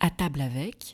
À table avec.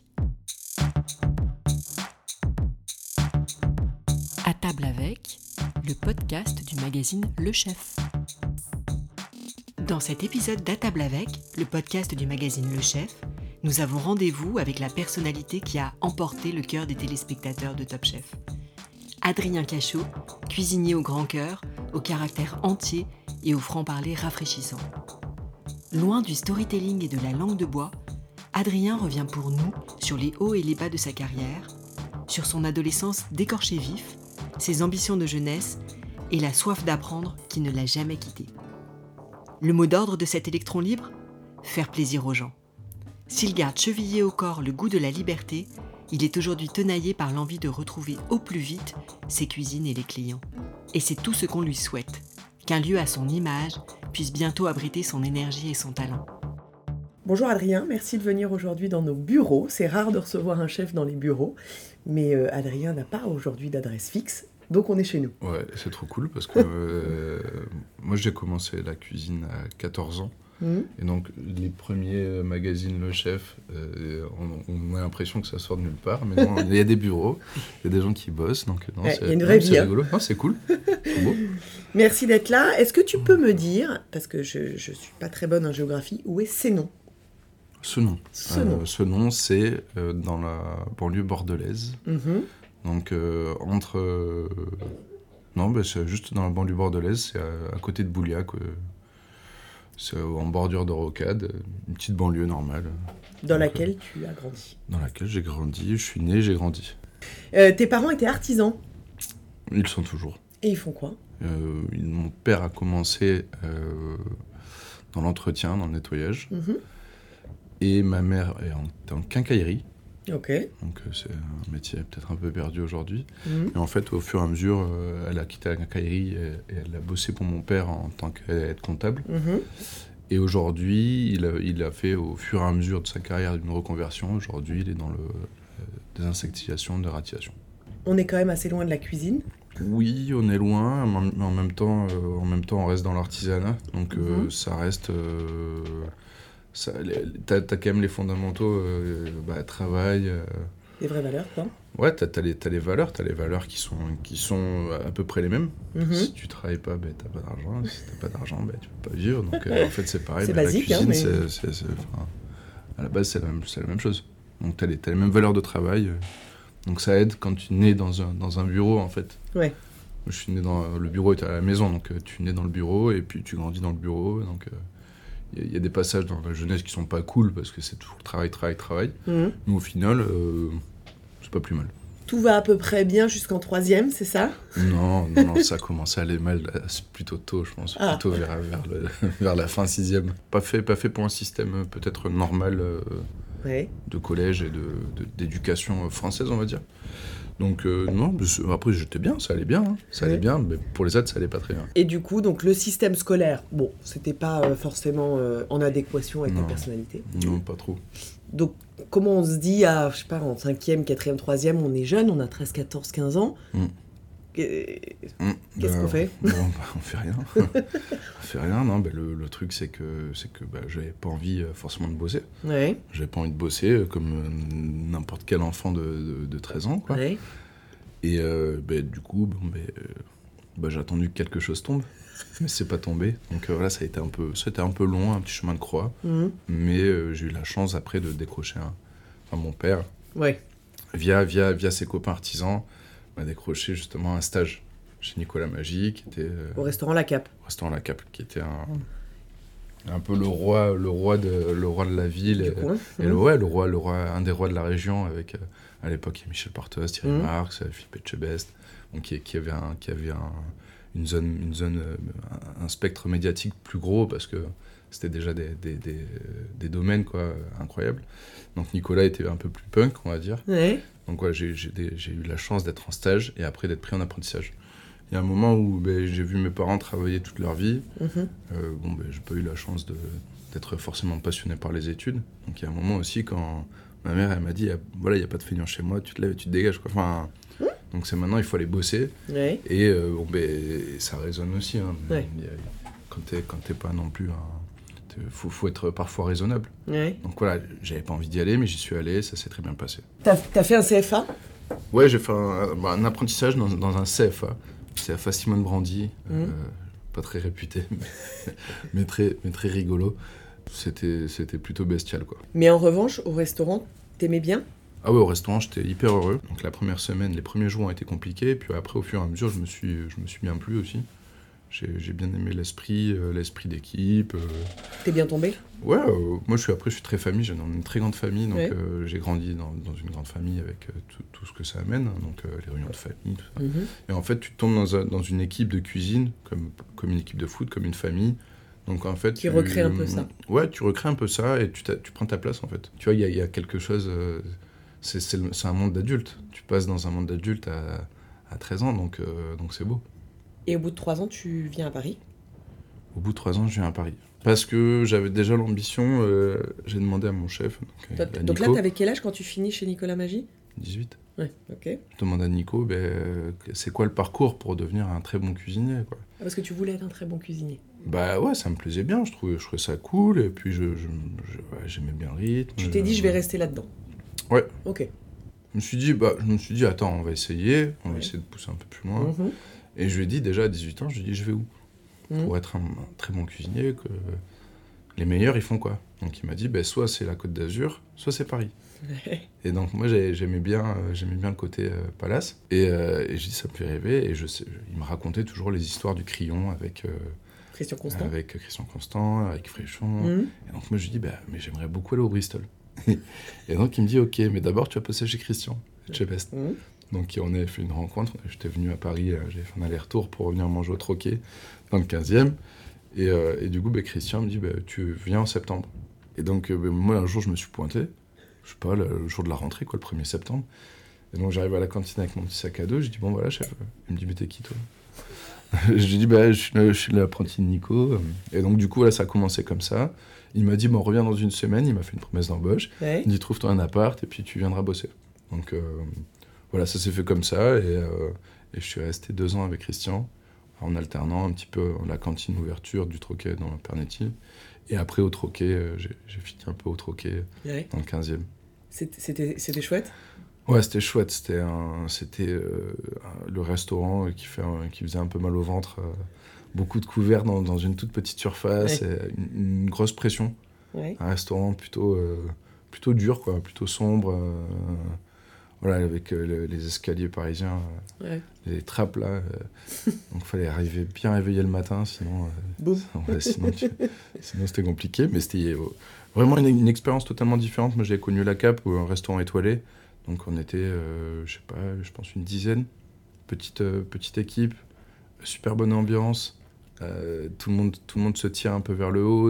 À table avec, le podcast du magazine Le Chef. Dans cet épisode d'À table avec, le podcast du magazine Le Chef, nous avons rendez-vous avec la personnalité qui a emporté le cœur des téléspectateurs de Top Chef. Adrien Cachot, cuisinier au grand cœur, au caractère entier et au franc-parler rafraîchissant. Loin du storytelling et de la langue de bois, Adrien revient pour nous sur les hauts et les bas de sa carrière, sur son adolescence décorchée vif, ses ambitions de jeunesse et la soif d'apprendre qui ne l'a jamais quitté. Le mot d'ordre de cet électron libre ? Faire plaisir aux gens. S'il garde chevillé au corps le goût de la liberté, il est aujourd'hui tenaillé par l'envie de retrouver au plus vite ses cuisines et les clients. Et c'est tout ce qu'on lui souhaite, qu'un lieu à son image puisse bientôt abriter son énergie et son talent. Bonjour Adrien, merci de venir aujourd'hui dans nos bureaux. C'est rare de recevoir un chef dans les bureaux, mais Adrien n'a pas aujourd'hui d'adresse fixe, donc on est chez nous. Ouais, c'est trop cool parce que moi j'ai commencé la cuisine à 14 ans. Et donc les premiers magazines Le Chef, on a l'impression que ça sort de nulle part, mais non, il y a des bureaux, il y a des gens qui bossent, donc non, il y a une vraie vie, c'est rigolo, non, c'est cool, c'est beau. Merci d'être là. Est-ce que tu peux me dire, parce que je ne suis pas très bonne en géographie, où est Sénon ? Senon, c'est dans la banlieue bordelaise, donc entre... non, c'est juste dans la banlieue bordelaise, c'est à côté de Bouliac. C'est en bordure de rocade, une petite banlieue normale. Dans laquelle tu as grandi. Dans laquelle j'ai grandi, je suis né, j'ai grandi. Tes parents étaient artisans ? Ils le sont toujours. Et ils font quoi ? Mon père a commencé dans l'entretien, dans le nettoyage. Et ma mère est en quincaillerie. Ok. Donc c'est un métier peut-être un peu perdu aujourd'hui. Et en fait, au fur et à mesure, elle a quitté la quincaillerie et elle a bossé pour mon père en tant qu'aide comptable. Et aujourd'hui, il a fait au fur et à mesure de sa carrière une reconversion. Aujourd'hui, il est dans le désinsectisation, de radiation. On est quand même assez loin de la cuisine. Oui, on est loin, mais en même temps, on reste dans l'artisanat. Donc ça reste... T'as quand même les fondamentaux, travail... Des vraies valeurs, quoi. Ouais, t'as les valeurs qui sont à peu près les mêmes. Si tu travailles pas, t'as pas d'argent. Si t'as pas d'argent, tu peux pas vivre. Donc en fait, c'est pareil. C'est basique, la cuisine, mais... à la base, c'est la même chose. Donc t'as les mêmes valeurs de travail. Donc ça aide quand tu nais dans un bureau, en fait. Ouais. Je suis né le bureau était à la maison, donc tu nais dans le bureau et puis tu grandis dans le bureau. Donc il y a des passages dans la jeunesse qui sont pas cool parce que c'est toujours travail. Mais au final, c'est pas plus mal. Tout va à peu près bien jusqu'en 3e, c'est ça ? Non, ça a commencé à aller mal plutôt tôt, je pense. Plutôt vers la fin 6e. Pas fait pour un système peut-être normal de collège et d'éducation française, on va dire. Donc non, après j'étais bien, ça allait bien, ça allait bien, mais pour les autres ça allait pas très bien. Et du coup, donc le système scolaire, bon, c'était pas forcément en adéquation avec ta personnalité. Non, pas trop. Donc comment on se dit en 5e, 4e, 3e, on est jeune, on a 13, 14, 15 ans. Qu'est-ce qu'on fait ? On fait rien. On fait rien, non. Le truc, c'est que j'avais pas envie forcément de bosser. Ouais. J'avais pas envie de bosser comme n'importe quel enfant de 13 ans, quoi. Ouais. Et du coup, j'ai attendu que quelque chose tombe. Mais c'est pas tombé. Donc voilà, c'était un peu long, un petit chemin de croix. Mais j'ai eu la chance après de décrocher mon père. Ouais. Via ses copains artisans, m'a décroché justement un stage chez Nicolas Magie, qui était... au restaurant La Cape. Qui était un peu le roi de la ville. Et le roi, un des rois de la région, avec à l'époque il y a Michel Portos, Thierry Marx, Philippe Etchebest, donc qui avait une zone, un spectre médiatique plus gros, parce que c'était déjà des domaines incroyables. Donc Nicolas était un peu plus punk, on va dire. Ouais. Donc j'ai eu la chance d'être en stage et après d'être pris en apprentissage. Il y a un moment où j'ai vu mes parents travailler toute leur vie. J'ai pas eu la chance d'être forcément passionné par les études. Donc il y a un moment aussi quand ma mère elle m'a dit voilà, il n'y a pas de feignant chez moi, tu te lèves et tu te dégages, quoi. Enfin, donc c'est maintenant, il faut aller bosser. Ouais. Et ça résonne aussi. Ouais. Quand t'es pas non plus faut être parfois raisonnable. Ouais. Donc voilà, j'avais pas envie d'y aller, mais j'y suis allé, ça s'est très bien passé. T'as fait un CFA ? Ouais, j'ai fait un apprentissage dans un CFA. CFA Simone Brandy, pas très réputé, mais très rigolo. C'était plutôt bestial, quoi. Mais en revanche, au restaurant, t'aimais bien ? Ah ouais, au restaurant, j'étais hyper heureux. Donc la première semaine, les premiers jours ont été compliqués, puis après, au fur et à mesure, je me suis bien plu aussi. J'ai bien aimé l'esprit d'équipe. T'es bien tombé ? Ouais, moi je suis très famille, j'ai une très grande famille, donc Ouais. j'ai grandi dans une grande famille avec tout ce que ça amène, donc les réunions de famille, tout ça. Et en fait, tu tombes dans une équipe de cuisine, comme une équipe de foot, comme une famille. Donc en fait, Qui recrée un peu ça. Ouais, tu recrées un peu ça et tu prends ta place en fait. Tu vois, il y a quelque chose, c'est un monde d'adulte. Tu passes dans un monde d'adulte à 13 ans, donc c'est beau. Et au bout de 3 ans, tu viens à Paris ? Au bout de 3 ans, je viens à Paris. Parce que j'avais déjà l'ambition, j'ai demandé à mon chef. Donc là, t'avais quel âge quand tu finis chez Nicolas Magie ? 18. Ouais, ok. Je demande à Nico, c'est quoi le parcours pour devenir un très bon cuisinier, quoi. Ah, parce que tu voulais être un très bon cuisinier. Bah ouais, ça me plaisait bien, je trouvais ça cool, et puis j'aimais bien le rythme. Tu t'es dit, je vais rester là-dedans ? Ouais. Ok. Je me suis dit, attends, on va essayer de pousser un peu plus loin. Mhm. Et je lui ai dit, déjà à 18 ans, je lui ai dit, je vais où ? Pour être un très bon cuisinier, que les meilleurs, ils font quoi ? Donc il m'a dit, soit c'est la Côte d'Azur, soit c'est Paris. Et donc moi, j'aimais bien le côté palace. Et j'ai dit, ça me fait rêver. Et il me racontait toujours les histoires du Crillon avec Christian Constant. Avec Fréchon. Et donc moi, je lui dis, mais j'aimerais beaucoup aller au Bristol. Et donc il me dit, ok, mais d'abord, tu vas passer chez Christian, chez Best. Donc on a fait une rencontre, j'étais venu à Paris, j'ai fait un aller-retour pour revenir manger au Troquet, dans le 15e. Et du coup, Christian me dit, tu viens en septembre. Et donc moi, un jour, je me suis pointé, je sais pas, le jour de la rentrée, quoi, le 1er septembre. Et donc j'arrive à la cantine avec mon petit sac à dos, je dis, bon voilà, chef. Il me dit, mais t'es qui, toi ? Je lui dis, je suis l'apprenti de Nico. Et donc du coup, voilà, ça a commencé comme ça. Il m'a dit, on revient dans une semaine, il m'a fait une promesse d'embauche. Ouais. Il me dit, trouve-toi un appart et puis tu viendras bosser. Donc voilà, ça s'est fait comme ça, et je suis resté 2 ans avec Christian, en alternant un petit peu la cantine ouverture du Troquet dans Pernetti. Et après, au Troquet, j'ai fini un peu au Troquet, dans le 15e. C'était chouette ? Ouais, c'était chouette. C'était le restaurant qui faisait un peu mal au ventre. Beaucoup de couverts dans une toute petite surface, et une grosse pression. Ouais. Un restaurant plutôt dur, quoi, plutôt sombre. Voilà, avec les escaliers parisiens, les trappes là. Donc il fallait arriver bien réveillé le matin, sinon c'était compliqué. Mais c'était vraiment une expérience totalement différente. Moi, j'avais connu la Cape, un restaurant étoilé. Donc on était, je pense une dizaine. Petite équipe, super bonne ambiance. Tout le monde se tire un peu vers le haut.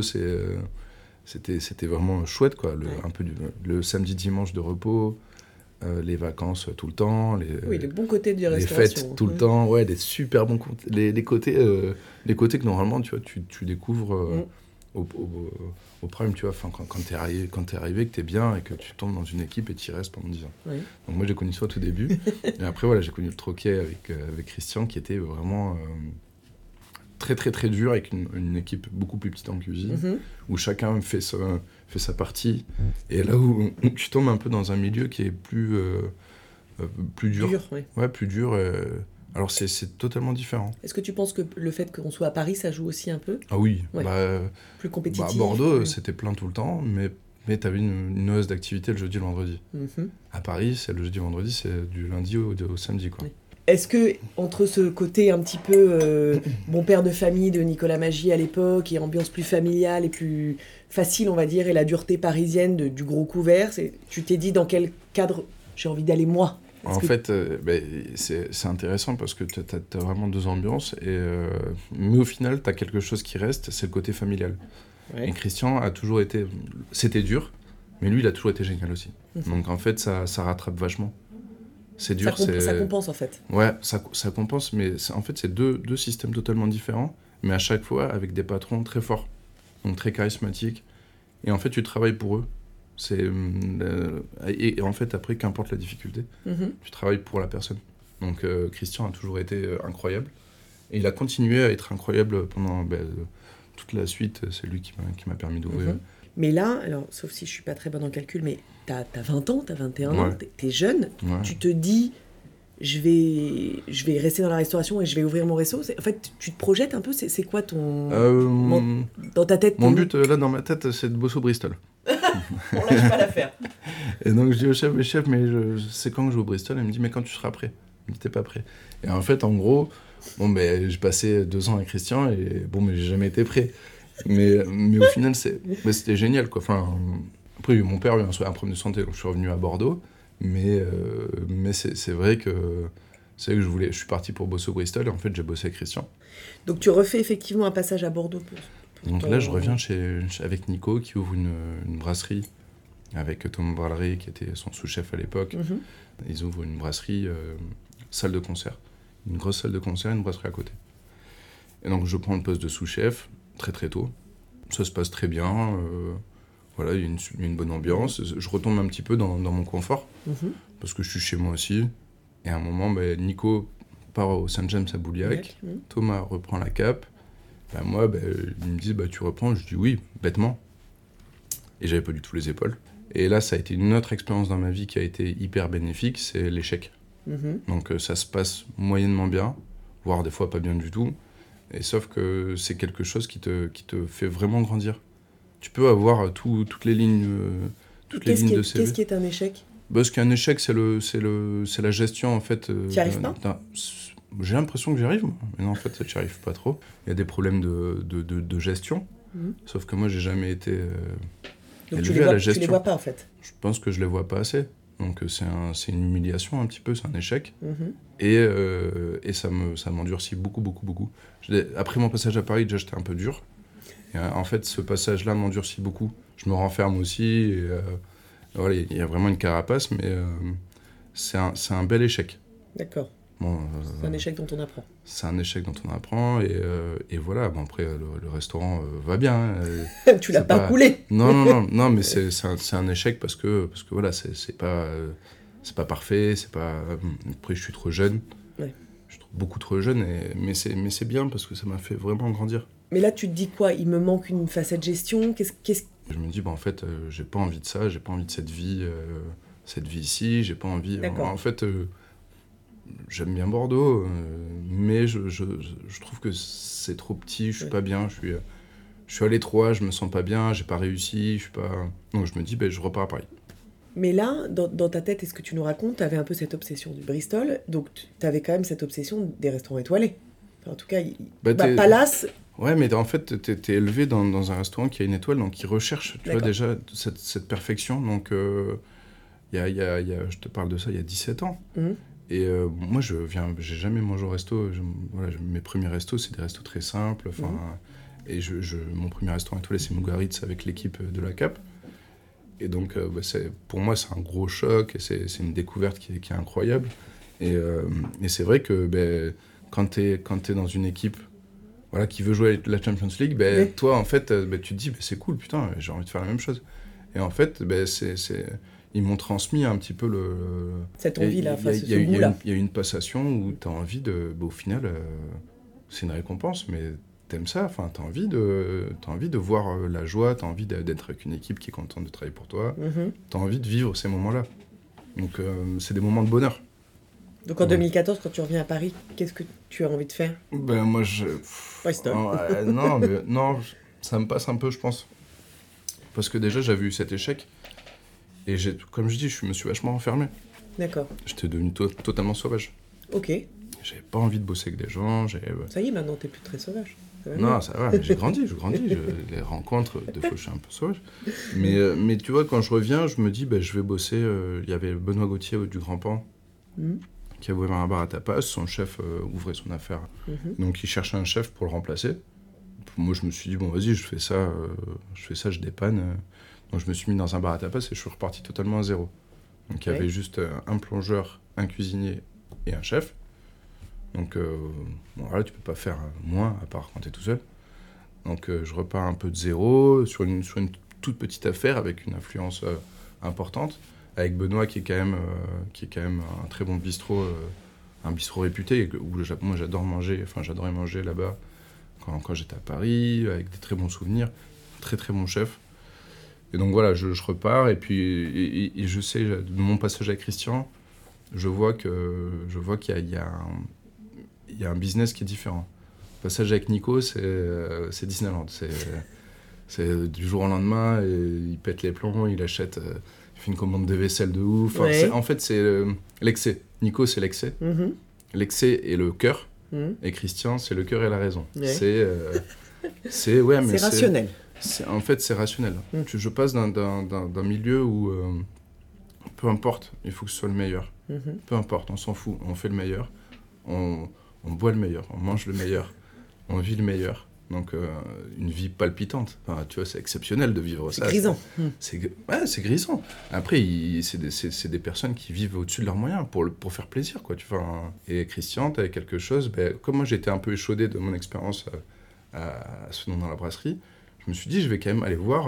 C'était vraiment chouette, quoi. Un peu le samedi, dimanche de repos. Les vacances tout le temps, les bons côtés de la restauration. Les fêtes tout le temps, ouais, des super bons côtés. Les côtés que normalement tu découvres au prime, tu vois, quand t'es arrivé, que t'es bien et que tu tombes dans une équipe et t'y restes pendant 10 ans. Oui. Donc moi j'ai connu ça au tout début, et après voilà, j'ai connu le Troquet avec Christian, qui était vraiment très très très dur, avec une équipe beaucoup plus petite en cuisine, où chacun fait sa partie, et là où tu tombes un peu dans un milieu qui est plus dur. Ouais, plus dur. Alors c'est totalement différent. Est-ce que tu penses que le fait qu'on soit à Paris, ça joue aussi un peu ? Ah oui, plus compétitif. À Bordeaux, c'était plein tout le temps, mais t'avais une hausse d'activité le jeudi et le vendredi. À Paris, c'est le jeudi et le vendredi, c'est du lundi au samedi, quoi. Oui. Est-ce que, entre ce côté un petit peu bon père de famille de Nicolas Magie à l'époque, et ambiance plus familiale et plus facile, on va dire, et la dureté parisienne du gros couvert, tu t'es dit dans quel cadre j'ai envie d'aller moi ? Fait, c'est intéressant parce que t'as vraiment 2 ambiances, mais au final, t'as quelque chose qui reste, c'est le côté familial. Ouais. Et Christian a toujours été... C'était dur, mais lui, il a toujours été génial aussi. Donc en fait, ça rattrape vachement. C'est dur, ça compense en fait. Ouais, ça compense, mais en fait, c'est deux systèmes totalement différents, mais à chaque fois avec des patrons très forts, donc très charismatiques. Et en fait, tu travailles pour eux. Et en fait, après, qu'importe la difficulté, tu travailles pour la personne. Donc Christian a toujours été incroyable. Et il a continué à être incroyable pendant toute la suite, c'est lui qui m'a permis d'ouvrir. Mais là, alors, sauf si je suis pas très bonne en calcul, mais t'as 20 ans, t'as 21 ans, t'es jeune, tu te dis, je vais rester dans la restauration et je vais ouvrir mon resto. En fait, tu te projettes un peu, c'est quoi ton... dans ta tête? Mon but, là, dans ma tête, c'est de bosser au Bristol. On lâche pas l'affaire. Et donc, je dis au chef, mais c'est quand que je vais au Bristol? Il me dit, mais quand tu seras prêt. Il me dit, t'es pas prêt. Et en fait, en gros, j'ai passé 2 ans avec Christian et mais j'ai jamais été prêt. Mais au final, c'était génial, quoi. Enfin, après, mon père a eu un problème de santé, donc je suis revenu à Bordeaux. Mais c'est vrai que je suis parti pour bosser au Bristol et en fait, j'ai bossé avec Christian. Donc, tu refais effectivement un passage à Bordeaux donc là, je reviens avec Nico qui ouvre une brasserie avec Thomas Bralery qui était son sous-chef à l'époque. Ils ouvrent une brasserie, salle de concert. Une grosse salle de concert et une brasserie à côté. Et donc, je prends le poste de sous-chef très très tôt. Ça se passe très bien. Voilà, il y a une bonne ambiance. Je retombe un petit peu dans mon confort parce que je suis chez moi aussi. Et à un moment, Nico part au Saint James à Bouliac. Thomas reprend la cape. Moi, ils me disent tu reprends. Je dis oui, bêtement. Et j'avais pas du tout les épaules. Et là, ça a été une autre expérience dans ma vie qui a été hyper bénéfique, c'est l'échec. Donc ça se passe moyennement bien, voire des fois pas bien du tout. Et sauf que c'est quelque chose qui te fait vraiment grandir. Tu peux avoir toutes les lignes, de CV. Qu'est-ce qui est un échec? Ce qui est un échec, c'est la gestion en fait. Tu n'y arrives pas? J'ai l'impression que j'y arrive, moi. Mais non, en fait, tu n'y arrives pas trop. Il y a des problèmes de gestion. Sauf que moi, j'ai jamais été élevé à la gestion. Tu les vois pas en fait? Je pense que je les vois pas assez. Donc c'est une humiliation un petit peu, c'est un échec. Et ça m'endurcit beaucoup, beaucoup, beaucoup. Après mon passage à Paris, déjà j'étais un peu dur. Et, en fait, ce passage-là m'endurcit beaucoup. Je me renferme aussi. Et, voilà, il y a vraiment une carapace, mais c'est un bel échec. D'accord. C'est un échec dont on apprend. C'est un échec dont on apprend. Et voilà, après, le restaurant va bien. Tu l'as pas coulé. Non, mais c'est un échec parce que voilà, c'est pas parfait. Après, je suis trop jeune. Je suis beaucoup trop jeune, mais c'est bien parce que ça m'a fait vraiment grandir. Mais là, tu te dis quoi? Il me manque une facette gestion. Je me dis, en fait, j'ai pas envie de ça, j'ai pas envie de cette vie ici, j'ai pas envie... En fait, j'aime bien Bordeaux, mais je trouve que c'est trop petit, je suis pas bien, je suis à l'étroit, je me sens pas bien, j'ai pas réussi, je suis pas... Donc je me dis, je repars à Paris. Mais là, dans ta tête, est-ce que tu nous racontes, tu avais un peu cette obsession du Bristol, donc tu avais quand même cette obsession des restaurants étoilés. Enfin, en tout cas, Palace... Ouais, mais en fait, t'es élevé dans un restaurant qui a une étoile, donc qui recherche, tu vois, déjà cette perfection. Donc, je te parle de ça il y a 17 ans. Et moi, j'ai jamais mangé au resto. Mes premiers restos, c'est des restos très simples. Et mon premier restaurant étoilé, c'est Mugaritz avec l'équipe de la CAP. Et donc, pour moi, c'est un gros choc et c'est une découverte qui est incroyable. Et c'est vrai que quand t'es dans une équipe qui veut jouer à la Champions League, toi, en fait, tu te dis, c'est cool, putain, j'ai envie de faire la même chose. Et en fait, ils m'ont transmis un petit peu cette envie-là, il y a une passation où tu as envie de... au final, c'est une récompense, mais t'aimes ça, enfin, t'as envie de voir la joie, t'as envie d'être avec une équipe qui est contente de travailler pour toi, t'as envie de vivre ces moments-là. Donc, c'est des moments de bonheur. Donc en 2014, quand tu reviens à Paris, qu'est-ce que tu as envie de faire? Moi, non, ça me passe un peu, je pense. Parce que déjà, j'avais eu cet échec. Et comme je dis, je me suis vachement enfermé. D'accord. J'étais devenu totalement sauvage. Ok. J'avais pas envie de bosser avec des gens. Ça y est, maintenant, t'es plus très sauvage. Non, ça va, mais j'ai grandi. Les rencontres, des fois, je suis un peu sauvage. Mais tu vois, quand je reviens, je me dis, je vais bosser. Il y avait Benoît Gauthier du Grand Pan. Qui a ouvert un bar à tapas, son chef ouvrait son affaire. Donc il cherchait un chef pour le remplacer. Moi je me suis dit, vas-y, je fais ça, je dépanne. Donc je me suis mis dans un bar à tapas et je suis reparti totalement à zéro. Donc il y avait juste un plongeur, un cuisinier et un chef. Donc tu peux pas faire moins à part quand tu es tout seul. Donc je repars un peu de zéro sur une toute petite affaire avec une influence importante. Avec Benoît qui est quand même un très bon bistrot, un bistrot réputé où moi j'adorais manger là-bas quand j'étais à Paris, avec des très bons souvenirs, très très bon chef. Et donc voilà, je repars, et puis et je sais, de mon passage avec Christian, je vois qu'il y a un business qui est différent. Le passage avec Nico, c'est Disneyland. C'est du jour au lendemain, et il pète les plombs, il fait une commande de vaisselle de ouf. Ouais. En fait, c'est l'excès. Nico, c'est l'excès. L'excès et le cœur. Et Christian, c'est le cœur et la raison. Ouais. C'est rationnel. En fait, c'est rationnel. Je passe d'un milieu où, peu importe, il faut que ce soit le meilleur. Peu importe, on s'en fout, on fait le meilleur. On boit le meilleur, on mange le meilleur, on vit le meilleur. Donc, une vie palpitante. Enfin, tu vois, c'est exceptionnel de vivre ça. C'est grisant. C'est grisant. Après, c'est des personnes qui vivent au-dessus de leurs moyens pour faire plaisir, quoi. Et Christian, tu avais quelque chose... comme moi, j'étais un peu échaudé de mon expérience à ce nom dans la brasserie, je me suis dit, je vais quand même aller voir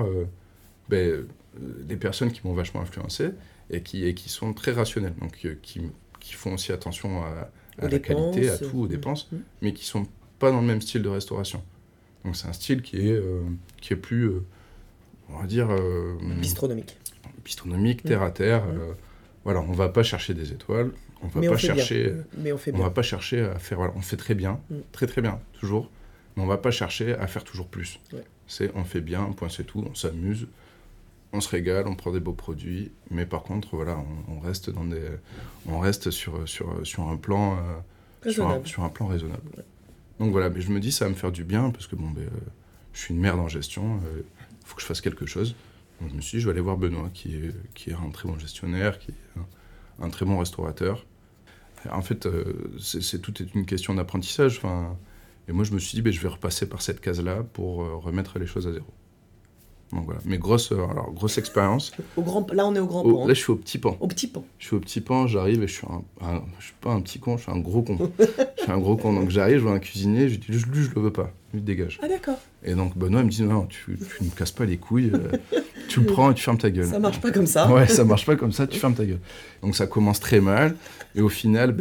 des personnes qui m'ont vachement influencé et qui sont très rationnelles. Donc, qui font aussi attention à la qualité, à tout, aux dépenses, mais qui sont pas dans le même style de restauration. Donc c'est un style qui est plus, on va dire... bistronomique. Bistronomique, terre à terre. Voilà, on va pas chercher des étoiles, on va pas chercher... Mais on fait bien. On va pas chercher à faire... Voilà, on fait très bien, très très bien, toujours, mais on va pas chercher à faire toujours plus. Ouais. On fait bien, point c'est tout, on s'amuse, on se régale, on prend des beaux produits, mais par contre, voilà, on reste sur un plan... sur un plan raisonnable. Ouais. Donc voilà, mais je me dis ça va me faire du bien parce que je suis une merde en gestion, il faut que je fasse quelque chose. Donc je me suis dit je vais aller voir Benoît qui est un très bon gestionnaire, qui est un très bon restaurateur. En fait, tout est une question d'apprentissage. Et moi je me suis dit je vais repasser par cette case-là pour remettre les choses à zéro. Donc voilà, mais grosse expérience. Là on est au grand pan. Là je suis au petit pan. Au petit pan. Je suis au petit pan, j'arrive et je suis pas un petit con, je suis un gros con. Je suis un gros con, donc j'arrive, je vois un cuisinier, je dis lui je le veux pas, lui dégage. Ah d'accord. Et donc Benoît me dit non, tu ne me casses pas les couilles, tu le prends et tu fermes ta gueule. Ça marche pas comme ça. Ouais, ça marche pas comme ça, tu fermes ta gueule. Donc ça commence très mal, et au final,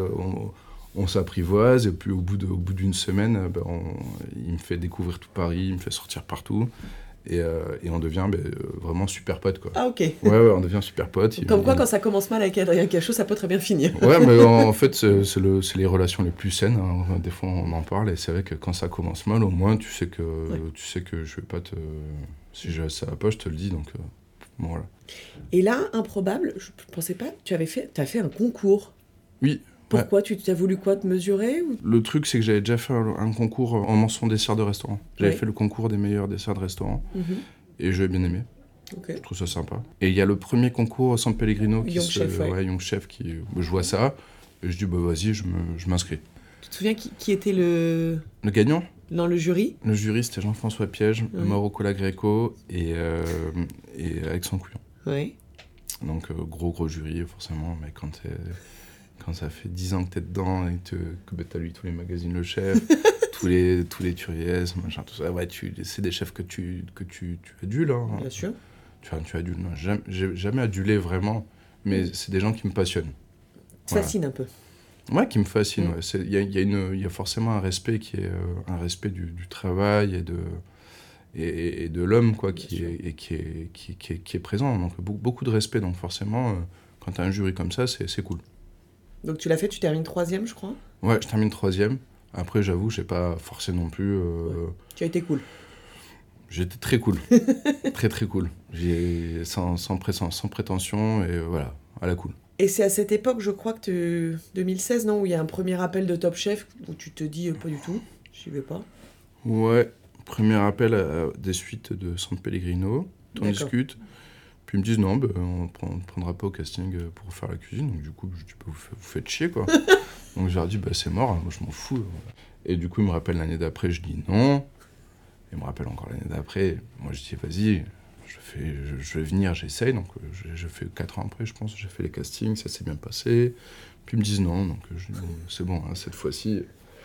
on s'apprivoise, et puis au bout d'une semaine, il me fait découvrir tout Paris, il me fait sortir partout. Et on devient vraiment super potes, quoi. Ah ok. Ouais, on devient super potes. Comme quoi, quand ça commence mal avec Adrien Cachot, ça peut très bien finir. Ouais, mais en fait, c'est les relations les plus saines. Hein. Des fois, on en parle, et c'est vrai que quand ça commence mal, au moins, tu sais que je vais pas te... Si ça va pas, je te le dis, donc bon, voilà. Et là, improbable, je pensais pas, tu as fait un concours. Oui. Pourquoi ? Tu as voulu quoi, te mesurer ou... Le truc, c'est que j'avais déjà fait un concours en mention dessert de restaurant. J'avais fait le concours des meilleurs desserts de restaurant, et j'ai bien aimé. Okay. Je trouve ça sympa. Et il y a le premier concours San Pellegrino, Young Chef, je vois ça, et je dis, vas-y, je m'inscris. Tu te souviens qui était le gagnant ? Dans le jury ? Le jury, c'était Jean-François Piège, Mauro Colagreco et Alexandre Couillon. Oui. Donc, gros jury, forcément, mais quand ça fait 10 ans que t'es dedans et que t'as lu tous les magazines Le Chef, tous les Turiez, machin, tout ça, c'est des chefs que tu adules. Hein. Bien sûr. Tu adules. J'ai jamais adulé vraiment, mais c'est des gens qui me passionnent. Fascine un peu. Ouais, qui me fascine. Il y a forcément un respect qui est un respect du travail et de l'homme, quoi, qui est présent. Donc beaucoup de respect. Donc forcément, quand t'as un jury comme ça, c'est cool. Donc tu l'as fait, tu termines 3e, je crois ? Ouais, je termine 3e. Après, j'avoue, j'ai pas forcé non plus... Tu as été cool. J'étais très cool. Très, très cool. Sans prétention, et voilà, à la cool. Et c'est à cette époque, je crois que 2016, non ? Où il y a un premier appel de Top Chef, où tu te dis pas du tout, j'y vais pas. Ouais, premier appel à des suites de San Pellegrino. On discute. Puis ils me disent non, on ne prendra pas au casting pour faire la cuisine. Donc du coup, je dis vous faites chier, quoi. Donc je leur dis c'est mort, moi je m'en fous. Et du coup, ils me rappellent l'année d'après, je dis non. Ils me rappellent encore l'année d'après. Moi je dis vas-y, je vais venir, j'essaye. Donc je fais 4 ans après, je pense, j'ai fait les castings, ça s'est bien passé. Puis ils me disent non, donc je dis c'est bon, hein, cette fois-ci.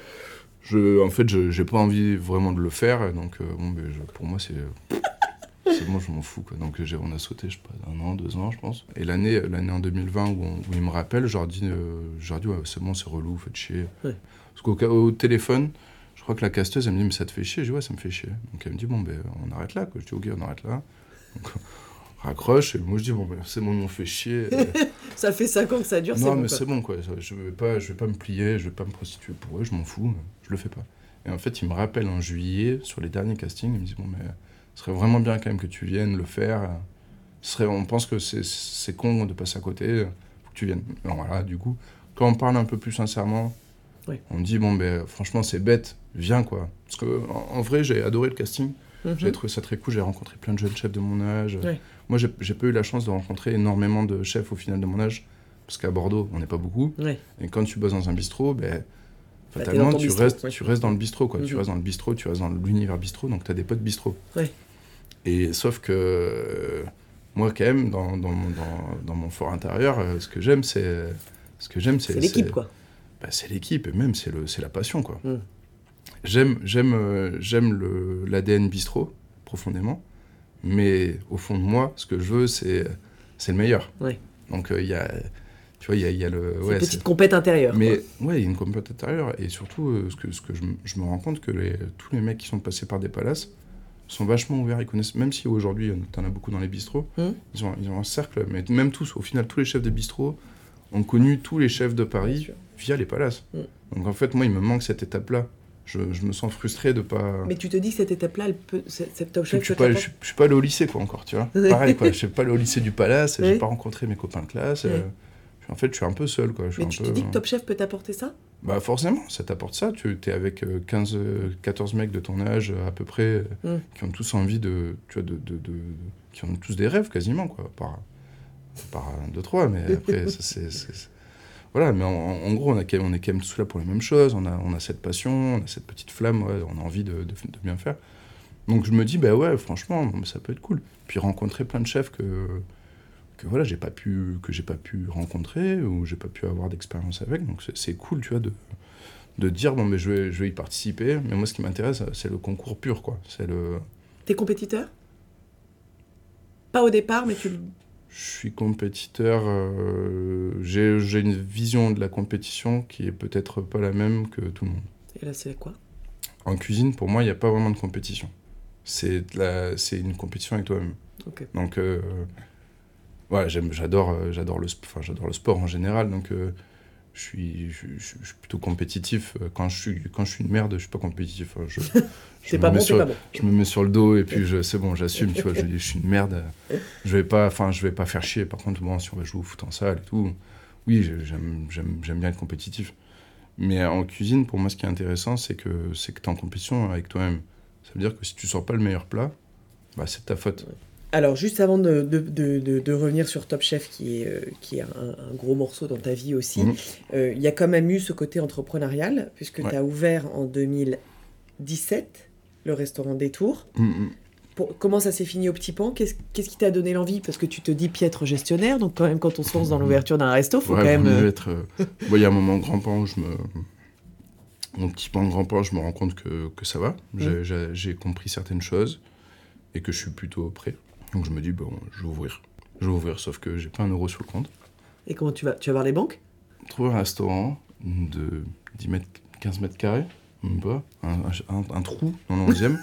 En fait, j'ai pas envie vraiment de le faire. Donc pour moi, c'est bon, je m'en fous, quoi. Donc on a sauté, je sais pas, 1 an, 2 ans, je pense. Et l'année en 2020 où ils me rappellent, je leur dis ouais, c'est bon, c'est relou, faites chier. Ouais. Parce qu'au téléphone, je crois que la casteuse, elle me dit, mais ça te fait chier? Je dis, ouais, ça me fait chier. Donc elle me dit, bon, ben, on arrête là, quoi. Je dis, ok, on arrête là. Donc, on raccroche, et moi je dis, bon, ben, c'est bon, on fait chier. Ça fait 5 ans que ça dure, non, c'est bon. Non, mais quoi. c'est bon, quoi. Je vais pas me plier, je vais pas me prostituer pour eux, je m'en fous, je le fais pas. Et en fait, il me rappelle en juillet, sur les derniers castings, il me dit, bon, mais ce serait vraiment bien quand même que tu viennes le faire. On pense que c'est con de passer à côté, faut que tu viennes. Alors voilà, du coup, quand on parle un peu plus sincèrement, on me dit, bon, ben, franchement, c'est bête, viens, quoi. Parce que, en vrai, j'ai adoré le casting. J'ai trouvé ça très cool, j'ai rencontré plein de jeunes chefs de mon âge. Moi, j'ai pas eu la chance de rencontrer énormément de chefs au final de mon âge, parce qu'à Bordeaux, on n'est pas beaucoup. Et quand tu bosses dans un bistrot, ben, fatalement, tu restes dans le bistrot, quoi. Tu restes dans le bistrot, tu restes dans l'univers bistrot, donc tu as des potes bistrot. Et sauf que moi, quand même, dans mon fort intérieur, ce que j'aime, c'est l'équipe, quoi. Bah, c'est l'équipe, et même c'est la passion, quoi. J'aime l'ADN bistrot, profondément, mais au fond de moi, ce que je veux, c'est le meilleur. Donc il y a... Tu vois, il y a le... C'est une petite compète intérieure. Mais ouais, il y a une compète intérieure. Et surtout, ce que je me rends compte, que tous les mecs qui sont passés par des palaces sont vachement ouverts. Ils connaissent, même si aujourd'hui, t'en as beaucoup dans les bistrots, ils ont un cercle. Mais même tous, au final, tous les chefs des bistrots ont connu tous les chefs de Paris via les palaces. Donc en fait, moi, il me manque cette étape-là. Je me sens frustré de pas... Mais tu te dis que cette étape-là, cette Top Chef... Je suis pas allé au lycée, quoi, encore, tu vois. Pareil, quoi. Je suis pas allé au lycée du Palace, j'ai pas rencontré mes copains de classe. En fait, je suis un peu seul, quoi. Mais tu te dis que Top Chef peut t'apporter ça? Bah forcément, ça t'apporte ça. Tu es avec 14 mecs de ton âge, à peu près, qui ont tous envie de... Tu vois, qui ont tous des rêves, quasiment, quoi. Par 1, 2, 3, mais après, ça, c'est... Voilà, mais en gros, on est quand même tous là pour les mêmes choses. On a cette passion, on a cette petite flamme, on a envie de bien faire. Donc je me dis, bah ouais, franchement, ça peut être cool. Puis rencontrer plein de chefs que voilà, j'ai pas pu rencontrer, ou j'ai pas pu avoir d'expérience avec. Donc c'est cool, tu vois, de dire, bon, mais je vais y participer. Mais moi, ce qui m'intéresse, c'est le concours pur, quoi. T'es compétiteur? Pas au départ, mais tu... Je suis compétiteur, j'ai une vision de la compétition qui est peut-être pas la même que tout le monde. Et là, c'est quoi? En cuisine, pour moi, il n'y a pas vraiment de compétition. C'est une compétition avec toi-même. Okay. Donc, voilà, j'adore le sport en général, donc je suis plutôt compétitif. Quand je suis une merde, je suis pas compétitif. C'est pas bon, c'est pas bon. Je me mets sur le dos et puis c'est bon, j'assume, tu vois, je suis une merde. Je vais pas faire chier. Par contre, bon, si on va jouer au foot en salle et tout, oui, j'aime bien être compétitif. Mais en cuisine, pour moi, ce qui est intéressant, c'est que t'es en compétition avec toi-même. Ça veut dire que si tu sors pas le meilleur plat, bah, c'est de ta faute. Alors, juste avant de revenir sur Top Chef, qui est un gros morceau dans ta vie aussi, y a quand même eu ce côté entrepreneurial, puisque tu as ouvert en 2017 le restaurant Détour. Comment ça s'est fini au Petit Pan? Qu'est-ce qui t'a donné l'envie? Parce que tu te dis piètre gestionnaire, donc quand même, quand on se lance dans l'ouverture d'un resto, faut quand même... Il y a un moment Grand Pan où Mon Petit Pan Grand Pan, je me rends compte que ça va. J'ai compris certaines choses et que je suis plutôt prêt. Donc je me dis, bon, je vais ouvrir, sauf que j'ai pas 1 euro sur le compte. Et comment tu vas voir les banques? Trouver un restaurant de 15 mètres carrés, même pas, un trou dans le 11e,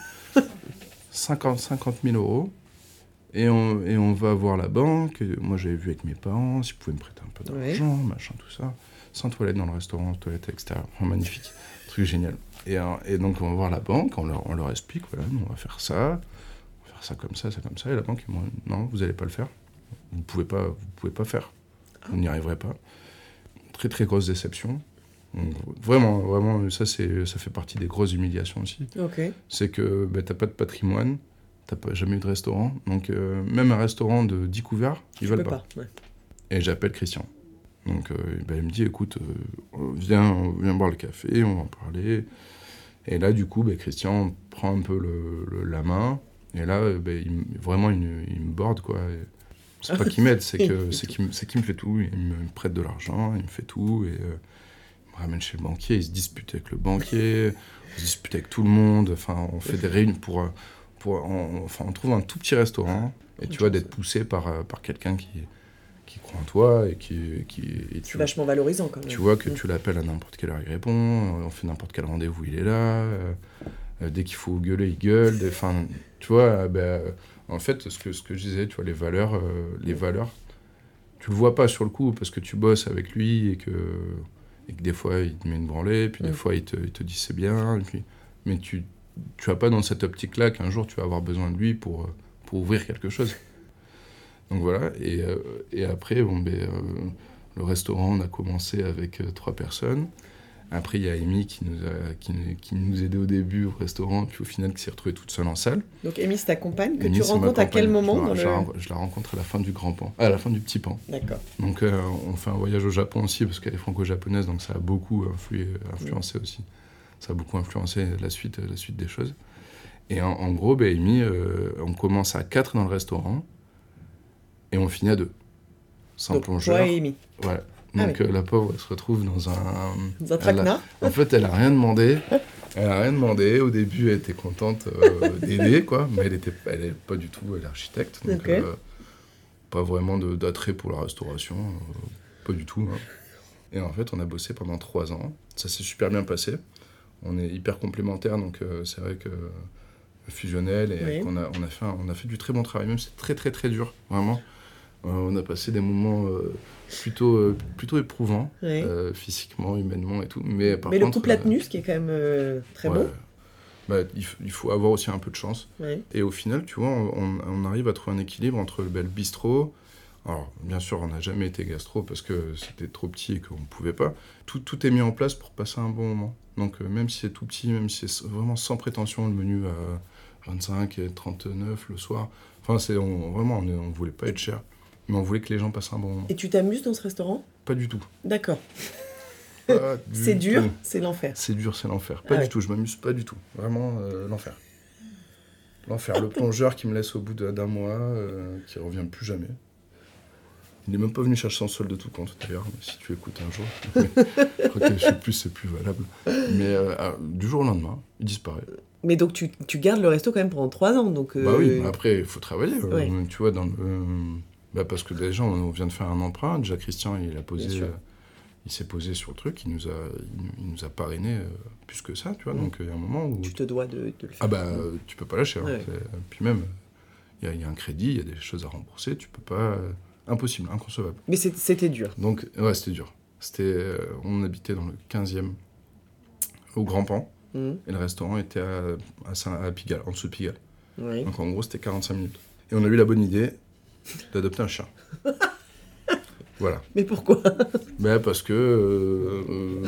50 000 euros, et on va voir la banque. Moi, j'avais vu avec mes parents s'ils pouvaient me prêter un peu d'argent, machin, tout ça. Sans toilette dans le restaurant, toilette extérieure, magnifique, truc génial. Et donc, on va voir la banque, on leur explique, voilà, nous, on va faire ça comme ça, et la banque, moi, non, vous n'allez pas le faire. Vous pouvez pas faire. Vous n'y arriverez pas. Très, très grosse déception. Donc, vraiment, ça fait partie des grosses humiliations aussi. Okay. C'est que t'as pas de patrimoine, t'as jamais eu de restaurant, donc même un restaurant de 10 couverts, ils veulent pas. Et j'appelle Christian. Donc il me dit, écoute, viens boire le café, on va en parler. Et là, du coup, Christian prend un peu la main. Et là, il me borde, quoi. Et c'est pas qu'il m'aide, c'est qu'il me fait tout. Il me prête de l'argent, il me fait tout. Et il me ramène chez le banquier, il se dispute avec le banquier, on se dispute avec tout le monde. Enfin, on fait des réunions on trouve un tout petit restaurant. Et tu vois, d'être poussé par quelqu'un qui croit en toi et c'est vachement valorisant quand même. Tu vois que tu l'appelles à n'importe quelle heure, il répond, on fait n'importe quel rendez-vous, il est là, dès qu'il faut gueuler, il gueule, enfin, tu vois, en fait, ce que je disais, tu vois, les valeurs, tu le vois pas sur le coup parce que tu bosses avec lui et que des fois il te met une branlée, puis des fois il te dit c'est bien, mais tu vas pas dans cette optique-là qu'un jour tu vas avoir besoin de lui pour ouvrir quelque chose. Donc voilà, et après, le restaurant, on a commencé avec 3 personnes. Après, il y a Amy qui nous aidait au début au restaurant, puis au final qui s'est retrouvée toute seule en salle. Donc Amy, c'est ta compagne que Amy, tu rencontres à quel moment je la rencontre à la fin du grand pan, à la fin du petit pan. D'accord. Donc on fait un voyage au Japon aussi, parce qu'elle est franco-japonaise, donc ça a beaucoup influencé aussi. Ça a beaucoup influencé la suite des choses. Et en gros, Amy, on commence à 4 dans le restaurant, et on finit à 2. Sans donc, plongeur. Toi et Amy. Ouais. Donc la pauvre, elle se retrouve dans un traquenard. En fait, elle a rien demandé. Au début, elle était contente d'aider, quoi. Mais elle est pas du tout, elle est architecte. Donc pas vraiment d'attrait pour la restauration. Pas du tout. Hein. Et en fait, on a bossé pendant 3 ans. Ça s'est super bien passé. On est hyper complémentaires, donc c'est vrai que fusionnel. Et on a fait du très bon travail. Même c'est très, très, très dur, vraiment. On a passé des moments plutôt éprouvants, physiquement, humainement et tout. Mais le couple a tenu, ce qui est quand même très bon. Il faut avoir aussi un peu de chance. Ouais. Et au final, tu vois, on arrive à trouver un équilibre entre le bistrot. Alors, bien sûr, on n'a jamais été gastro parce que c'était trop petit et qu'on ne pouvait pas. Tout est mis en place pour passer un bon moment. Donc, même si c'est tout petit, même si c'est vraiment sans prétention, le menu à 25 et 39 le soir. Enfin, vraiment, on ne voulait pas être cher. Mais on voulait que les gens passent un bon moment. Et tu t'amuses dans ce restaurant ? Pas du tout. D'accord. C'est dur, c'est l'enfer. C'est dur, c'est l'enfer. Pas du tout, je m'amuse pas du tout. Vraiment, l'enfer. L'enfer. Le plongeur qui me laisse au bout d'un mois, qui revient plus jamais. Il n'est même pas venu chercher son solde de tout compte, d'ailleurs, si tu écoutes un jour. Je crois que je sais plus, c'est plus valable. Mais du jour au lendemain, il disparaît. Mais donc tu gardes le resto quand même pendant 3 ans, donc... Bah oui, mais après, il faut travailler. Tu vois, parce que déjà, on vient de faire un emprunt. Déjà, Christian, il s'est posé sur le truc. Il nous a parrainé plus que ça, tu vois. Donc, il y a un moment où... Tu te dois de le faire. Ah bah, tu peux pas lâcher. Ouais. Hein. Puis même, il y a un crédit, il y a des choses à rembourser. Tu peux pas... Impossible, inconcevable. Mais c'était dur. Donc, ouais, c'était dur. On habitait dans le 15e, au Grand Pan. Et le restaurant était à Pigalle, en dessous de Pigalle. Oui. Donc, en gros, c'était 45 minutes. Et on a eu la bonne idée d'adopter un chien. Voilà. Mais pourquoi ? Parce que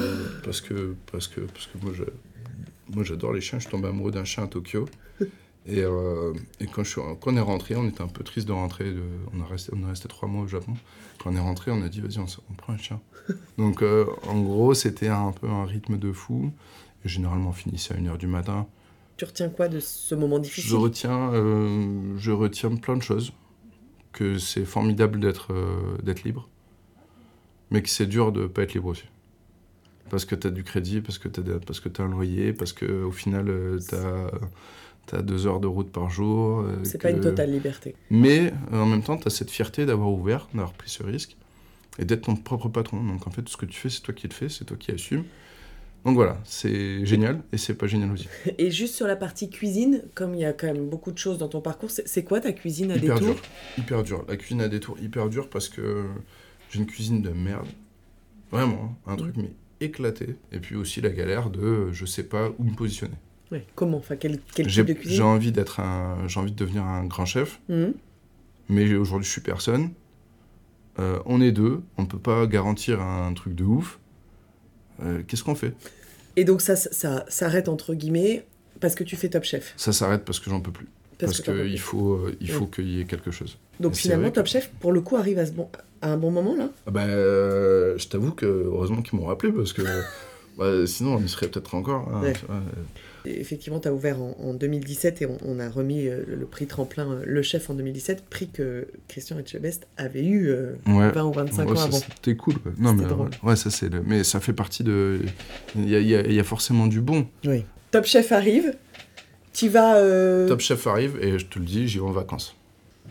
moi j'adore les chiens. Je suis tombé amoureux d'un chien à Tokyo. Et quand on est rentré, on était un peu triste de rentrer. On est resté 3 mois au Japon. Quand on est rentré, on a dit vas-y, on prend un chien. Donc en gros, c'était un peu un rythme de fou. Et généralement, on finissait à 1h du matin. Tu retiens quoi de ce moment difficile ? Je retiens plein de choses. Que c'est formidable d'être libre, mais que c'est dur de ne pas être libre aussi. Parce que tu as du crédit, parce que tu as un loyer, parce qu'au final, tu as 2 heures de route par jour. C'est pas une totale liberté. Mais en même temps, tu as cette fierté d'avoir ouvert, d'avoir pris ce risque, et d'être ton propre patron. Donc en fait, tout ce que tu fais, c'est toi qui le fais, c'est toi qui assumes. Donc voilà, c'est génial, et c'est pas génial aussi. Et juste sur la partie cuisine, comme il y a quand même beaucoup de choses dans ton parcours, c'est quoi ta cuisine à détour ? Hyper dur. La cuisine à détour, hyper dur, parce que j'ai une cuisine de merde. Vraiment, un truc mais éclaté. Et puis aussi la galère de je sais pas où me positionner. Ouais. Comment ? Enfin, quel type de cuisine ? J'ai envie de devenir un grand chef, mais aujourd'hui je suis personne. On est 2, on peut pas garantir un truc de ouf. Qu'est-ce qu'on fait ? Et donc ça s'arrête entre guillemets parce que tu fais Top Chef ? Ça s'arrête parce que j'en peux plus. Parce qu'il faut qu'il y ait quelque chose. Donc finalement, Top Chef, pour le coup, arrive à un bon moment, là ? Je t'avoue que heureusement qu'ils m'ont rappelé, parce que sinon on y serait peut-être encore. Hein, ouais. Effectivement, tu as ouvert en 2017 et on a remis le prix tremplin Le Chef en 2017, prix que Christian Etchebest avait eu 20 ou 25 ans avant. C'était cool. Non, c'était drôle. Mais ça fait partie de... Il y a forcément du bon. Oui. Top Chef arrive, tu vas... Top Chef arrive et je te le dis, j'y vais en vacances.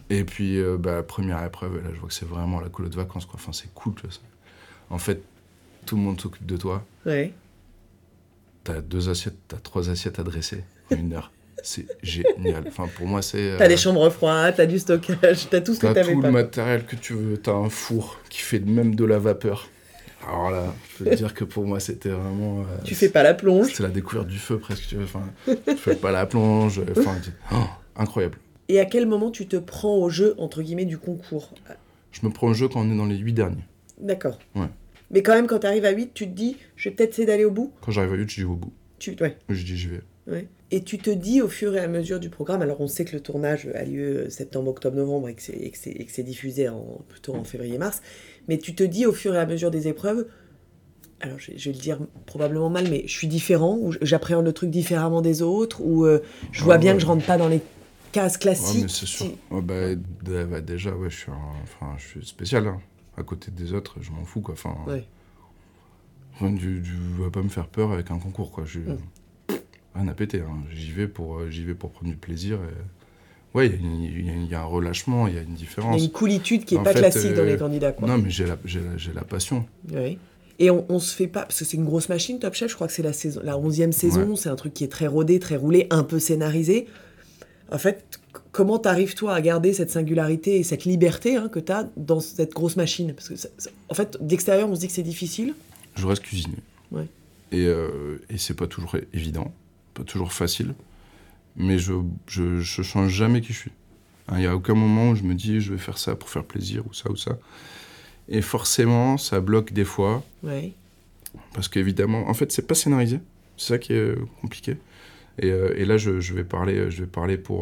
Et puis, première épreuve, et là, je vois que c'est vraiment la colo de vacances, quoi. Enfin, c'est cool, tu vois. En fait, tout le monde s'occupe de toi. Ouais. T'as 3 assiettes à dresser en 1 heure. C'est génial. Enfin, pour moi, c'est... T'as des chambres froides, t'as du stockage, t'as tout ce que t'avais pas. T'as tout le matériel que tu veux. T'as un four qui fait même de la vapeur. Alors là, je peux te dire que pour moi, c'était vraiment... tu fais pas la plonge. C'est la découverte du feu, presque. Tu vois. Enfin, tu fais pas la plonge. Enfin, incroyable. Et à quel moment tu te prends au jeu, entre guillemets, du concours ? Je me prends au jeu quand on est dans les 8 derniers. D'accord. Ouais. Mais quand même, quand t'arrives à 8, tu te dis, je vais peut-être essayer d'aller au bout ? Quand j'arrive à 8, je dis au bout. Ouais. Je dis, j'y vais. Ouais. Et tu te dis, au fur et à mesure du programme, alors on sait que le tournage a lieu septembre, octobre, novembre et que c'est diffusé plutôt en février-mars, mais tu te dis, au fur et à mesure des épreuves, alors je vais le dire probablement mal, mais je suis différent, ou j'appréhende le truc différemment des autres, ou je vois bien que je rentre pas dans les cases classiques. Ouais, mais c'est sûr. Déjà, ouais, je suis spécial. Hein. À côté des autres, je m'en fous, quoi. Enfin, ouais. Tu vas pas me faire peur avec un concours, quoi. Rien à péter. Hein. J'y vais pour prendre du plaisir. Et... Ouais, il y a un relâchement, il y a une différence. Il y a une coolitude qui est pas classique dans les candidats, quoi. Non, mais j'ai la passion. Oui. Et on se fait pas, parce que c'est une grosse machine, Top Chef, je crois que c'est la 11e saison, ouais. C'est un truc qui est très rodé, très roulé, un peu scénarisé. En fait, comment t'arrives, toi, à garder cette singularité et cette liberté que t'as dans cette grosse machine ? Parce que, en fait, d'extérieur, on se dit que c'est difficile. Je reste cuisinier. Ouais. Et c'est pas toujours évident, pas toujours facile, mais je change jamais qui je suis. Il n'y a aucun moment où je me dis je vais faire ça pour faire plaisir ou ça ou ça. Et forcément, ça bloque des fois. Ouais. Parce qu'évidemment, en fait, c'est pas scénarisé. C'est ça qui est compliqué. Et là, je vais parler pour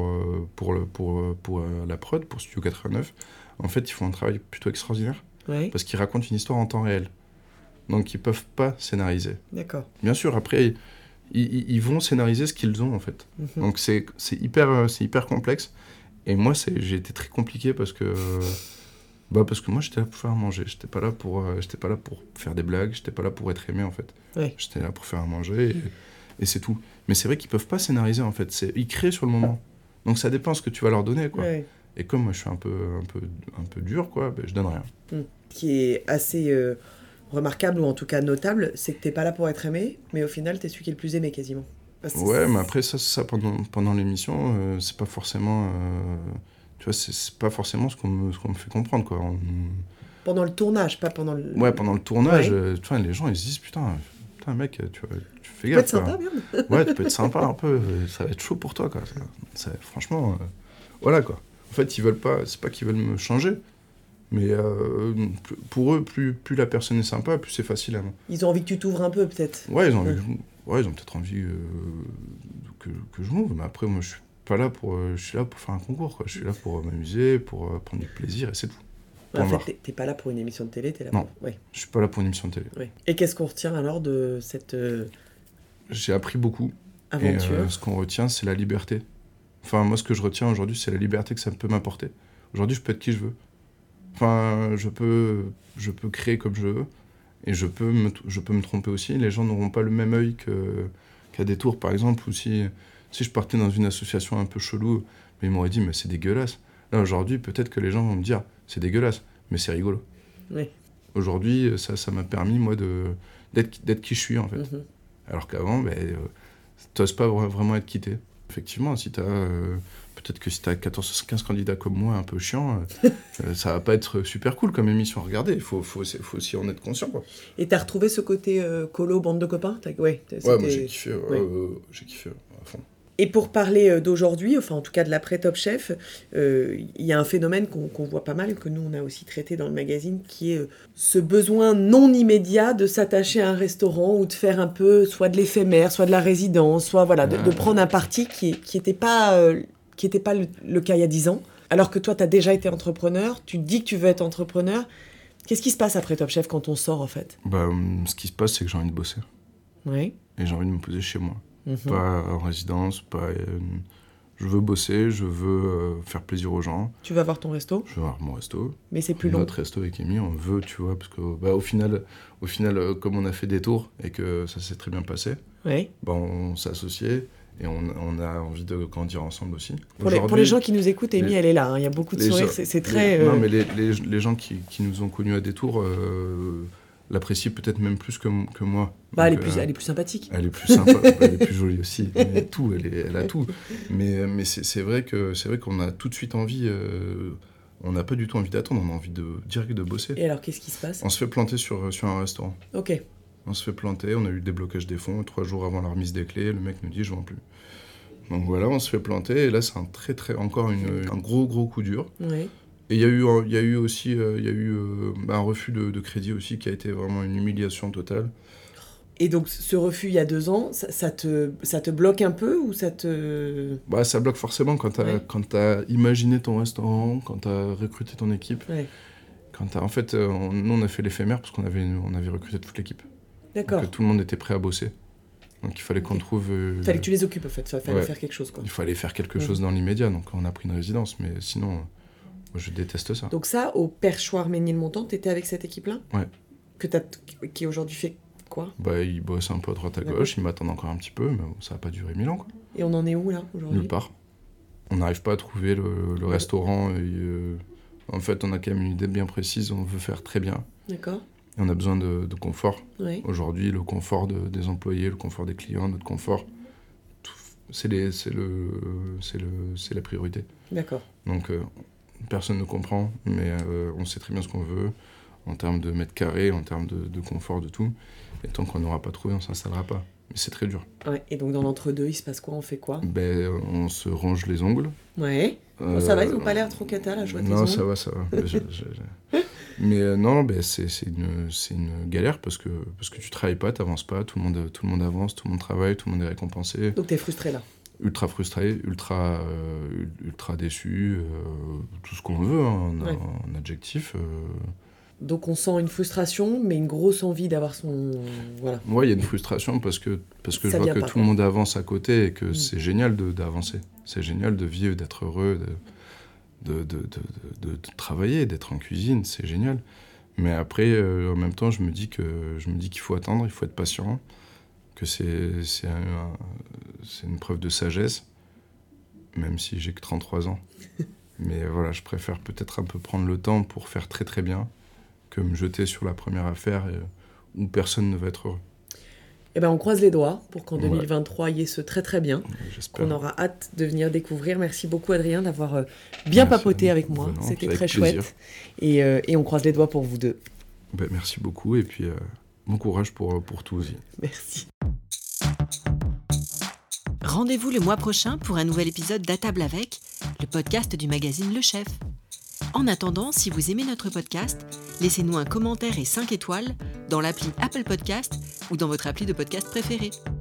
la prod, pour Studio 89. En fait, ils font un travail plutôt extraordinaire. Ouais. Parce qu'ils racontent une histoire en temps réel. Donc, ils peuvent pas scénariser. D'accord. Bien sûr, après, ils vont scénariser ce qu'ils ont, en fait. Mm-hmm. Donc, c'est hyper complexe. Et moi, j'ai été très compliqué parce que moi, j'étais là pour faire à manger. J'étais pas là pour faire des blagues. J'étais pas là pour être aimé, en fait. Ouais. J'étais là pour faire à manger et c'est tout. Mais c'est vrai qu'ils peuvent pas scénariser, en fait. Ils créent sur le moment. Donc, ça dépend ce que tu vas leur donner, quoi. Ouais. Et comme moi, je suis un peu dur, quoi, je donne rien. Ce qui est assez remarquable, ou en tout cas notable, c'est que t'es pas là pour être aimé, mais au final, t'es celui qui est le plus aimé, quasiment. Ouais, mais après, ça pendant l'émission, c'est pas forcément... tu vois, c'est pas forcément ce qu'on me fait comprendre, quoi. Pendant le tournage, pas pendant le... Ouais, pendant le tournage, ouais. Tu vois, les gens, ils se disent, putain, mec, tu fais gaffe. Tu peux être sympa, merde. Ouais, tu peux être sympa un peu, ça va être chaud pour toi, quoi. Franchement, voilà, quoi. En fait, ils veulent pas, c'est pas qu'ils veulent me changer, mais pour eux, plus la personne est sympa, plus c'est facile à... Ils ont envie que tu t'ouvres un peu, peut-être. Ouais, ils ont peut-être envie que je m'ouvre, mais après, moi, je suis là pour faire un concours, quoi. Je suis là pour m'amuser, pour prendre du plaisir, et c'est tout. En fait, t'es pas là pour une émission de télé, t'es là non, pour... Ouais. Je suis pas là pour une émission de télé. Ouais. Et qu'est-ce qu'on retient alors de cette... J'ai appris beaucoup. Aventure. Et ce qu'on retient, c'est la liberté. Enfin, moi, ce que je retiens aujourd'hui, c'est la liberté que ça peut m'apporter. Aujourd'hui, je peux être qui je veux. Enfin, je peux créer comme je veux. Et je peux me tromper aussi. Les gens n'auront pas le même œil qu'à des tours, par exemple, ou si je partais dans une association un peu chelou, mais ils m'auraient dit, mais c'est dégueulasse. Là, aujourd'hui, peut-être que les gens vont me dire, c'est dégueulasse, mais c'est rigolo. Oui. Aujourd'hui, ça m'a permis, moi, d'être qui je suis, en fait. Mm-hmm. Alors qu'avant, t'oses pas vraiment être quitté. Effectivement, peut-être que si t'as 14-15 candidats comme moi, un peu chiants, ça va pas être super cool comme émission à regarder. Il faut aussi en être conscient, quoi. Et t'as retrouvé ce côté colo, bande de copains ? Ouais, moi j'ai kiffé. J'ai kiffé à fond. Et pour parler d'aujourd'hui, enfin en tout cas de l'après Top Chef, il y a un phénomène qu'on voit pas mal, que nous on a aussi traité dans le magazine, qui est ce besoin non immédiat de s'attacher à un restaurant ou de faire un peu soit de l'éphémère, soit de la résidence, soit voilà, de prendre un parti qui était pas le cas il y a 10 ans. Alors que toi tu as déjà été entrepreneur, tu dis que tu veux être entrepreneur. Qu'est-ce qui se passe après Top Chef quand on sort en fait ? Ce qui se passe, c'est que j'ai envie de bosser. Oui. Et j'ai envie de me poser chez moi. Pas en résidence, je veux bosser, je veux faire plaisir aux gens. Tu vas avoir ton resto ? Je veux avoir mon resto. Mais c'est plus long. Notre resto avec Amy, on veut, tu vois, parce que au final, comme on a fait des tours et que ça s'est très bien passé, oui. On s'est associés Et on a envie de grandir ensemble aussi. Pour les gens qui nous écoutent, Amy, elle est là. Il y a beaucoup de sourires. C'est très... Non, mais les gens qui nous ont connus à Détour l'apprécient peut-être même plus que moi. Donc, elle est plus sympathique. Elle est plus sympa, elle est plus jolie aussi. Elle a tout. Mais c'est vrai qu'on a tout de suite envie... on n'a pas du tout envie d'attendre, on a envie direct de bosser. Et alors, qu'est-ce qui se passe ? On se fait planter sur un restaurant. Ok. On se fait planter, on a eu le déblocage des fonds, 3 jours avant la remise des clés, le mec nous dit « je vends plus ». Donc voilà, on se fait planter, et là c'est encore un gros coup dur. Ouais. Et il y a eu aussi un refus de crédit aussi qui a été vraiment une humiliation totale. Et donc ce refus il y a 2 ans, ça te bloque un peu ou ça te... Ça bloque forcément quand t'as imaginé ton restaurant, quand t'as recruté ton équipe. Ouais. En fait, nous on a fait l'éphémère parce qu'on avait recruté toute l'équipe. D'accord. Donc tout le monde était prêt à bosser. Donc il fallait qu'on trouve... Il fallait que tu les occupes en fait, il fallait faire quelque chose quoi. Il fallait faire quelque chose dans l'immédiat, donc on a pris une résidence, mais sinon, moi, je déteste ça. Donc ça, au Perchoir Ménilmontant, t'étais avec cette équipe-là ? Ouais. Qui aujourd'hui fait quoi ? Ils bossent un peu à droite à gauche, ils m'attendent encore un petit peu, mais ça n'a pas duré 1000 ans quoi. Et on en est où là aujourd'hui ? Nulle part. On n'arrive pas à trouver le restaurant, en fait on a quand même une idée bien précise, on veut faire très bien. D'accord. Et on a besoin de confort. Oui. Aujourd'hui, le confort des employés, le confort des clients, notre confort, c'est la priorité. D'accord. Donc, personne ne comprend, mais on sait très bien ce qu'on veut, en termes de mètres carrés, en termes de confort, de tout. Et tant qu'on n'aura pas trouvé, on ne s'installera pas. Mais c'est très dur. Ouais. Et donc, dans l'entre-deux, il se passe quoi ? On fait quoi ? On se range les ongles. Ouais. Ça va, ils n'ont pas l'air trop cata, là, je vois tes ongles. Non, ça va. Mais c'est une galère parce que tu travailles pas, t'avances pas, tout le monde avance, tout le monde travaille, tout le monde est récompensé. Donc t'es frustré là ? Ultra frustré, ultra déçu, tout ce qu'on veut en adjectif. Donc on sent une frustration, mais une grosse envie d'avoir son... Voilà. Moi, il y a une frustration parce que je vois que tout le monde avance à côté et que c'est génial d'avancer. C'est génial de vivre, d'être heureux, de travailler, d'être en cuisine, c'est génial. Mais après, en même temps, je me dis qu'il faut attendre, il faut être patient, que c'est une preuve de sagesse, même si j'ai que 33 ans. Mais voilà, je préfère peut-être un peu prendre le temps pour faire très très bien que me jeter sur la première affaire où personne ne va être heureux. Eh ben, on croise les doigts pour qu'en 2023, il y ait ce très très bien, qu'on aura hâte de venir découvrir. Merci beaucoup Adrien d'avoir bien papoté avec moi, c'était très chouette. Et on croise les doigts pour vous deux. Merci beaucoup et puis bon courage pour tout aussi. Merci. Rendez-vous le mois prochain pour un nouvel épisode d'À table avec, le podcast du magazine Le Chef. En attendant, si vous aimez notre podcast, laissez-nous un commentaire et 5 étoiles dans l'appli Apple Podcast ou dans votre appli de podcast préférée.